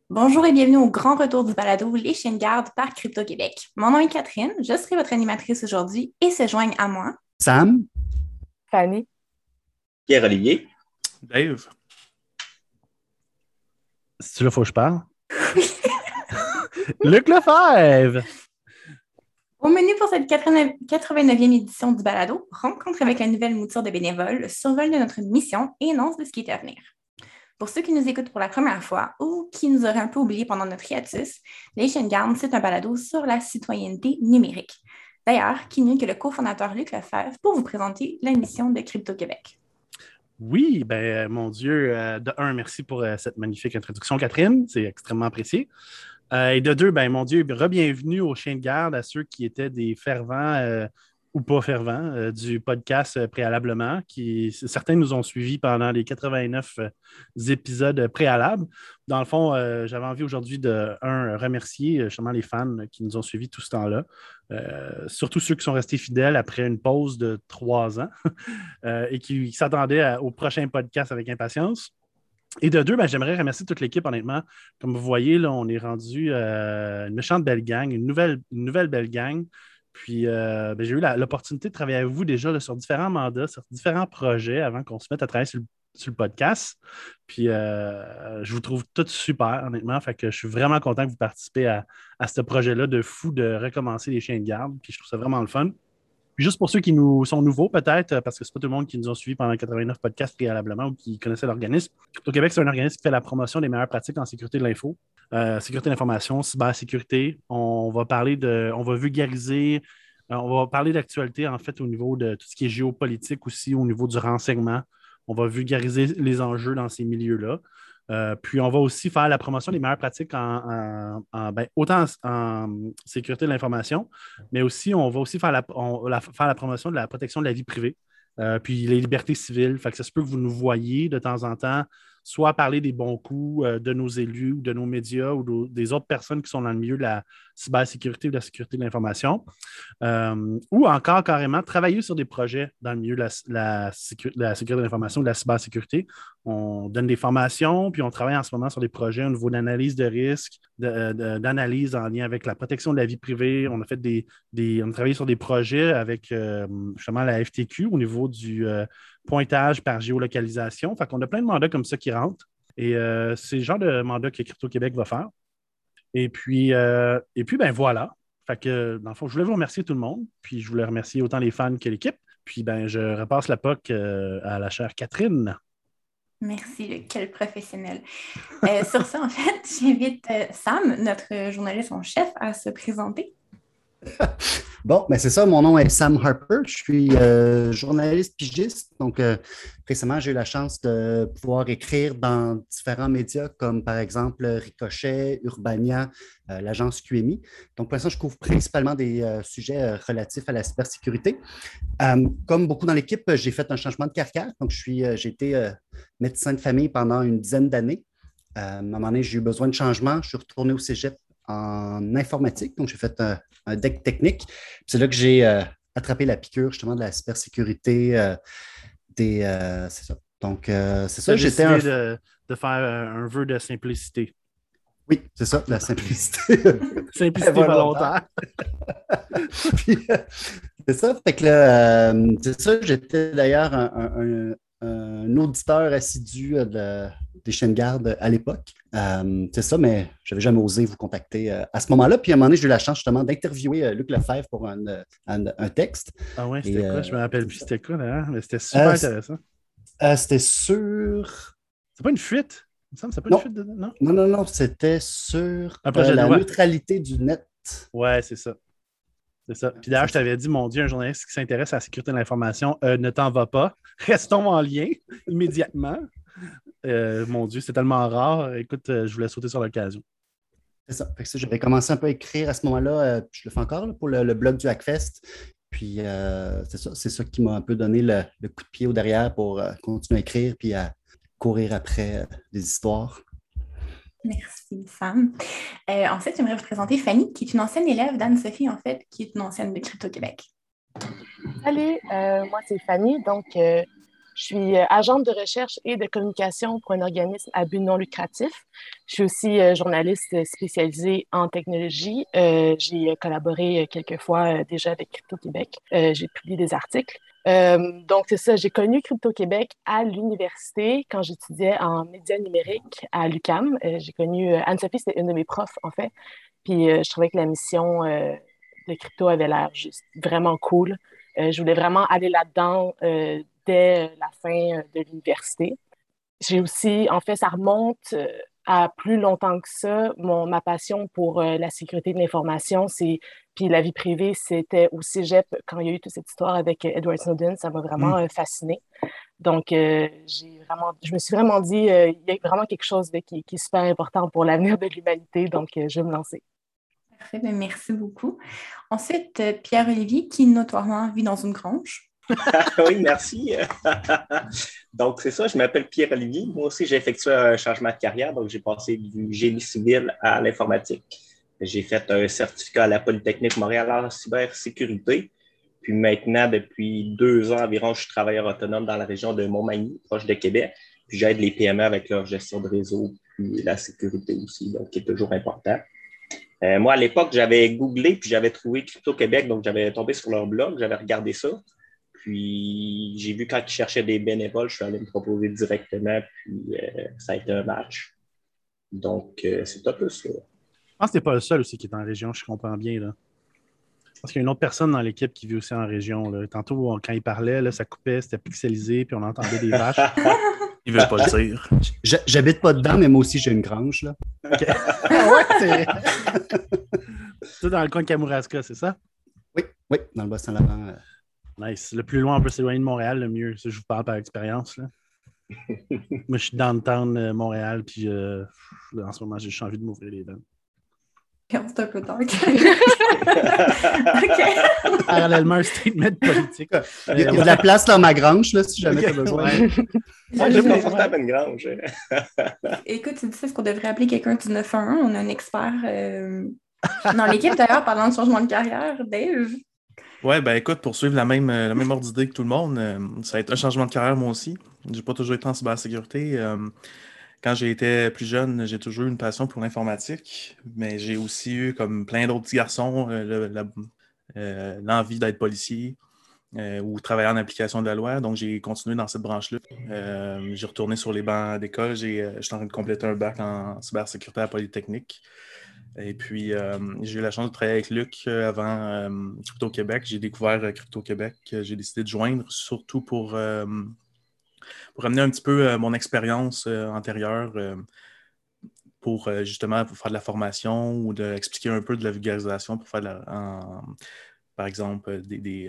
Bonjour et bienvenue au grand retour du balado Les Chiens de garde par Crypto-Québec. Mon nom est Catherine, je serai votre animatrice aujourd'hui et se joignent à moi. Sam, Fanny. Pierre-Olivier. Dave. c'est là faut que je parle. Luc Lefebvre! Au menu pour cette 89e édition du balado, rencontre avec la nouvelle mouture de bénévoles, survol de notre mission et annonce de ce qui est à venir. Pour ceux qui nous écoutent pour la première fois ou qui nous auraient un peu oubliés pendant notre hiatus, Les Chiens de garde, c'est un balado sur la citoyenneté numérique. D'ailleurs, qui mieux que le cofondateur Luc Lefebvre pour vous présenter la mission de Crypto-Québec. Oui, mon Dieu, de un, merci pour cette magnifique introduction, Catherine, c'est extrêmement apprécié. Et de deux, mon Dieu, re-bienvenue aux chiens de garde, à ceux qui étaient des fervents ou pas fervents du podcast préalablement, certains nous ont suivis pendant les 89 épisodes préalables. Dans le fond, j'avais envie aujourd'hui de, remercier justement les fans qui nous ont suivis tout ce temps-là, surtout ceux qui sont restés fidèles après une pause de 3 ans et qui s'attendaient au prochain podcast avec impatience. Et de deux, j'aimerais remercier toute l'équipe, honnêtement. Comme vous voyez, là, on est rendu une méchante belle gang, une nouvelle belle gang. Puis, j'ai eu l'opportunité de travailler avec vous déjà là, sur différents mandats, sur différents projets avant qu'on se mette à travailler sur le podcast. Puis, je vous trouve tous super, honnêtement. Fait que je suis vraiment content que vous participez à ce projet-là de fou de recommencer les chiens de garde. Puis, je trouve ça vraiment le fun. Puis juste pour ceux qui nous sont nouveaux, peut-être, parce que c'est pas tout le monde qui nous a suivis pendant 89 podcasts préalablement ou qui connaissait l'organisme. Crypto-Québec, c'est un organisme qui fait la promotion des meilleures pratiques en sécurité de l'info, sécurité de l'information, cybersécurité. On va vulgariser, on va parler d'actualité, en fait, au niveau de tout ce qui est géopolitique aussi, au niveau du renseignement. On va vulgariser les enjeux dans ces milieux-là. Puis, on va aussi faire la promotion des meilleures pratiques autant en sécurité de l'information, mais aussi, on va aussi faire la promotion de la protection de la vie privée, puis les libertés civiles. Fait que ça se peut que vous nous voyez de temps en temps, soit parler des bons coups de nos élus ou de nos médias ou des autres personnes qui sont dans le milieu de la cybersécurité ou de la sécurité de l'information, ou encore carrément travailler sur des projets dans le milieu de la sécurité de l'information ou de la cybersécurité. On donne des formations, puis on travaille en ce moment sur des projets au niveau d'analyse de risques, d'analyse en lien avec la protection de la vie privée. On a travaillé sur des projets avec justement la FTQ au niveau du pointage par géolocalisation. Fait qu'on a plein de mandats comme ça qui rentrent. Et c'est le genre de mandat que Crypto-Québec va faire. Et puis voilà. Fait que, dans le fond, je voulais vous remercier tout le monde. Puis je voulais remercier autant les fans que l'équipe. Puis je repasse la POC à la chère Catherine. Merci, Luc, quel professionnel. Sur ça, en fait, j'invite Sam, notre journaliste en chef, à se présenter. Bon, c'est ça, mon nom est Sam Harper, je suis journaliste pigiste. Donc, récemment, j'ai eu la chance de pouvoir écrire dans différents médias comme par exemple Ricochet, Urbania, l'agence QMI. Donc, pour l'instant, je couvre principalement des sujets relatifs à la cybersécurité. Comme beaucoup dans l'équipe, j'ai fait un changement de carrière. Donc, j'ai été médecin de famille pendant une dizaine d'années. À un moment donné, j'ai eu besoin de changement. Je suis retourné au cégep en informatique. Donc, j'ai fait un deck technique. C'est là que j'ai attrapé la piqûre justement de la cybersécurité. C'est ça. Donc, c'est ça. J'ai décidé de faire un vœu de simplicité. Oui, c'est ça, la simplicité. Simplicité volontaire. Puis, c'est ça. Fait que là, c'est ça. J'étais d'ailleurs un auditeur assidu des chiens de garde à l'époque. C'est ça, mais je n'avais jamais osé vous contacter à ce moment-là. Puis à un moment donné, j'ai eu la chance justement d'interviewer Luc Lefebvre pour un texte. Ah ouais, c'était quoi? Je ne me rappelle plus c'était quoi, là, mais c'était super intéressant. C'était sur... C'est pas une fuite? Il me semble que c'est pas une fuite de... Non? Non, c'était sur la neutralité du net. Ouais, c'est ça. C'est ça. Puis d'ailleurs, je t'avais dit, mon Dieu, un journaliste qui s'intéresse à la sécurité de l'information, ne t'en va pas. Restons en lien immédiatement. Mon Dieu, c'est tellement rare. Écoute, je voulais sauter sur l'occasion. C'est ça. Fait que j'avais commencé un peu à écrire à ce moment-là. Je le fais encore là, pour le blog du Hackfest. Puis c'est ça qui m'a un peu donné le coup de pied au derrière pour continuer à écrire puis à courir après des histoires. Merci, Sam. Ensuite, j'aimerais vous présenter Fanny, qui est une ancienne élève d'Anne-Sophie, en fait, qui est une ancienne de Crypto-Québec. Salut, moi c'est Fanny. Donc, je Je suis agente de recherche et de communication pour un organisme à but non lucratif. Je suis aussi journaliste spécialisée en technologie. J'ai collaboré quelques fois déjà avec Crypto-Québec. J'ai publié des articles. Donc, c'est ça, j'ai connu Crypto-Québec à l'université quand j'étudiais en médias numériques à l'UQAM. J'ai connu Anne-Sophie, c'était une de mes profs, en fait. Puis, je trouvais que la mission de crypto avait l'air juste vraiment cool. Je voulais vraiment aller là-dedans dès la fin de l'université. J'ai aussi, en fait, ça remonte à plus longtemps que ça. Ma passion pour la sécurité de l'information, puis la vie privée, c'était au cégep quand il y a eu toute cette histoire avec Edward Snowden. Ça m'a vraiment fascinée. Donc, je me suis vraiment dit, il y a vraiment quelque chose qui est super important pour l'avenir de l'humanité. Donc, je vais me lancer. Parfait, bien, merci beaucoup. Ensuite, Pierre-Olivier, qui notoirement vit dans une grange. Oui, merci. Donc, c'est ça, je m'appelle Pierre-Olivier. Moi aussi, j'ai effectué un changement de carrière. Donc, j'ai passé du génie civil à l'informatique. J'ai fait un certificat à la Polytechnique Montréal en cybersécurité. Puis maintenant, depuis 2 ans environ, je suis travailleur autonome dans la région de Montmagny, proche de Québec. Puis j'aide les PME avec leur gestion de réseau, puis la sécurité aussi, donc qui est toujours important. Moi, à l'époque, j'avais googlé, puis j'avais trouvé Crypto-Québec, donc j'avais tombé sur leur blog, j'avais regardé ça. Puis j'ai vu quand ils cherchaient des bénévoles, je suis allé me proposer directement, puis ça a été un match. Donc, c'est un peu ça. Je pense que tu n'es pas le seul aussi qui est en région, je comprends bien. Là. Parce qu'il y a une autre personne dans l'équipe qui vit aussi en région. Là. Tantôt, quand il parlait, là, ça coupait, c'était pixelisé, puis on entendait des vaches. Il veut pas le dire. J'habite pas dedans, mais moi aussi, j'ai une grange. Là. Okay. Ouais, c'est vrai. C'est dans le coin de Kamouraska, c'est ça? Oui, dans le Bas-Saint-Laurent. Nice. Le plus loin on peut s'éloigner de Montréal, le mieux. Ça, je vous parle par expérience. Là. Moi, je suis downtown Montréal, puis en ce moment, j'ai juste envie de m'ouvrir les veines. C'est un peu dark. OK. Parallèlement, un statement politique. Il y a de la place dans ma grange, là, si jamais tu as besoin. J'ai confortable une grange. Écoute, tu dis ça, est-ce qu'on devrait appeler quelqu'un du 911? On a un expert dans l'équipe, d'ailleurs, parlant de changement de carrière. Dave? Ouais, ben écoute, pour suivre la même ordre d'idée que tout le monde, ça a été un changement de carrière, moi aussi. J'ai pas toujours été en cybersécurité. Quand j'ai été plus jeune, j'ai toujours eu une passion pour l'informatique, mais j'ai aussi eu, comme plein d'autres petits garçons, l'envie d'être policier ou travailler en application de la loi. Donc, j'ai continué dans cette branche-là. J'ai retourné sur les bancs d'école. J'étais en train de compléter un bac en cybersécurité à Polytechnique. Et puis, j'ai eu la chance de travailler avec Luc avant Crypto-Québec. J'ai découvert Crypto-Québec. J'ai décidé de joindre, surtout pour amener un petit peu mon expérience antérieure pour justement pour faire de la formation ou d'expliquer un peu de la vulgarisation pour faire par exemple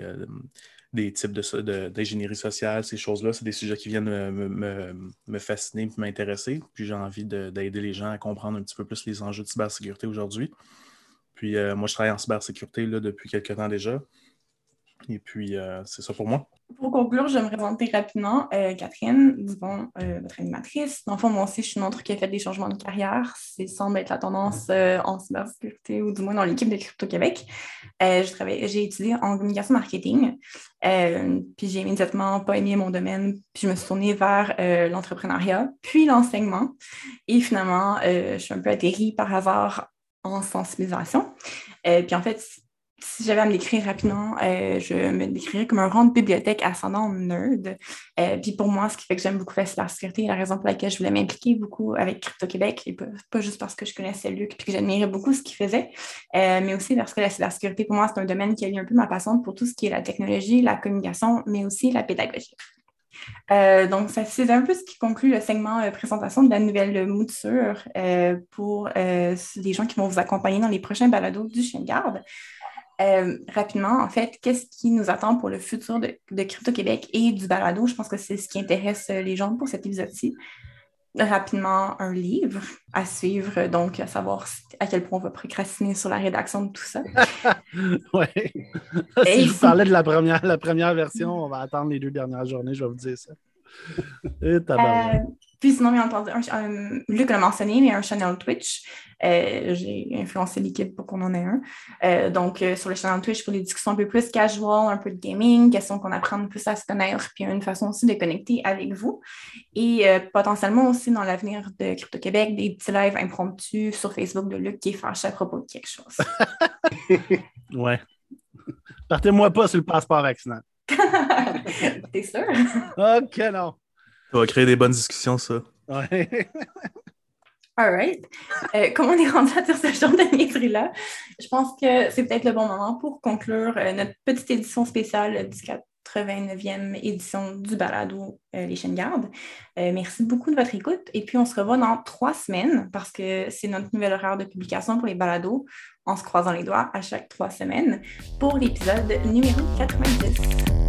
des types d'ingénierie sociale, ces choses-là. C'est des sujets qui viennent me fasciner et m'intéresser. Puis j'ai envie d'aider les gens à comprendre un petit peu plus les enjeux de cybersécurité aujourd'hui. Puis moi, je travaille en cybersécurité là, depuis quelques temps déjà. Et puis, c'est ça pour moi. Pour conclure, je vais me présenter rapidement. Catherine Dubon, votre animatrice. Dans le fond, moi aussi, je suis une autre qui a fait des changements de carrière. C'est semble être la tendance en cybersécurité ou du moins dans l'équipe de Crypto-Québec. J'ai étudié en communication marketing. Puis j'ai immédiatement pas aimé mon domaine. Puis je me suis tournée vers l'entrepreneuriat, puis l'enseignement. Et finalement, je suis un peu atterrie par hasard en sensibilisation. Puis en fait, si j'avais à me décrire rapidement, je me décrirais comme un rond de bibliothèque ascendant nerd. Puis pour moi, ce qui fait que j'aime beaucoup la cybersécurité, la raison pour laquelle je voulais m'impliquer beaucoup avec Crypto-Québec, et pas juste parce que je connaissais Luc et que j'admirais beaucoup ce qu'il faisait, mais aussi parce que la cybersécurité, pour moi, c'est un domaine qui a eu un peu ma passion pour tout ce qui est la technologie, la communication, mais aussi la pédagogie. Donc, c'est un peu ce qui conclut le segment présentation de la nouvelle mouture pour les gens qui vont vous accompagner dans les prochains balados du Chien de garde. Rapidement, en fait, qu'est-ce qui nous attend pour le futur de Crypto-Québec et du balado? Je pense que c'est ce qui intéresse les gens pour cet épisode-ci. Rapidement, un livre à suivre, donc à savoir à quel point on va procrastiner sur la rédaction de tout ça. Oui. Si je vous parlais de la première version, on va attendre les 2 dernières journées, je vais vous dire ça. Puis sinon, bien entendu, Luc l'a mentionné, mais un channel Twitch. J'ai influencé l'équipe pour qu'on en ait un. Donc, sur le channel Twitch, pour des discussions un peu plus casual, un peu de gaming, questions qu'on apprend plus à se connaître, puis une façon aussi de connecter avec vous. Et potentiellement aussi, dans l'avenir de Crypto-Québec, des petits lives impromptus sur Facebook de Luc qui est fâché à propos de quelque chose. Ouais. Partez-moi pas sur le passeport vaccinal. T'es sûr? OK, non. Ça va créer des bonnes discussions, ça. Ouais. All right. Comme on est rendu à dire ce genre de niaiserie-là, je pense que c'est peut-être le bon moment pour conclure notre petite édition spéciale du 89e édition du balado Les Chiens de garde. Merci beaucoup de votre écoute. Et puis, on se revoit dans 3 semaines parce que c'est notre nouvel horaire de publication pour les balados en se croisant les doigts à chaque 3 semaines pour l'épisode numéro 90.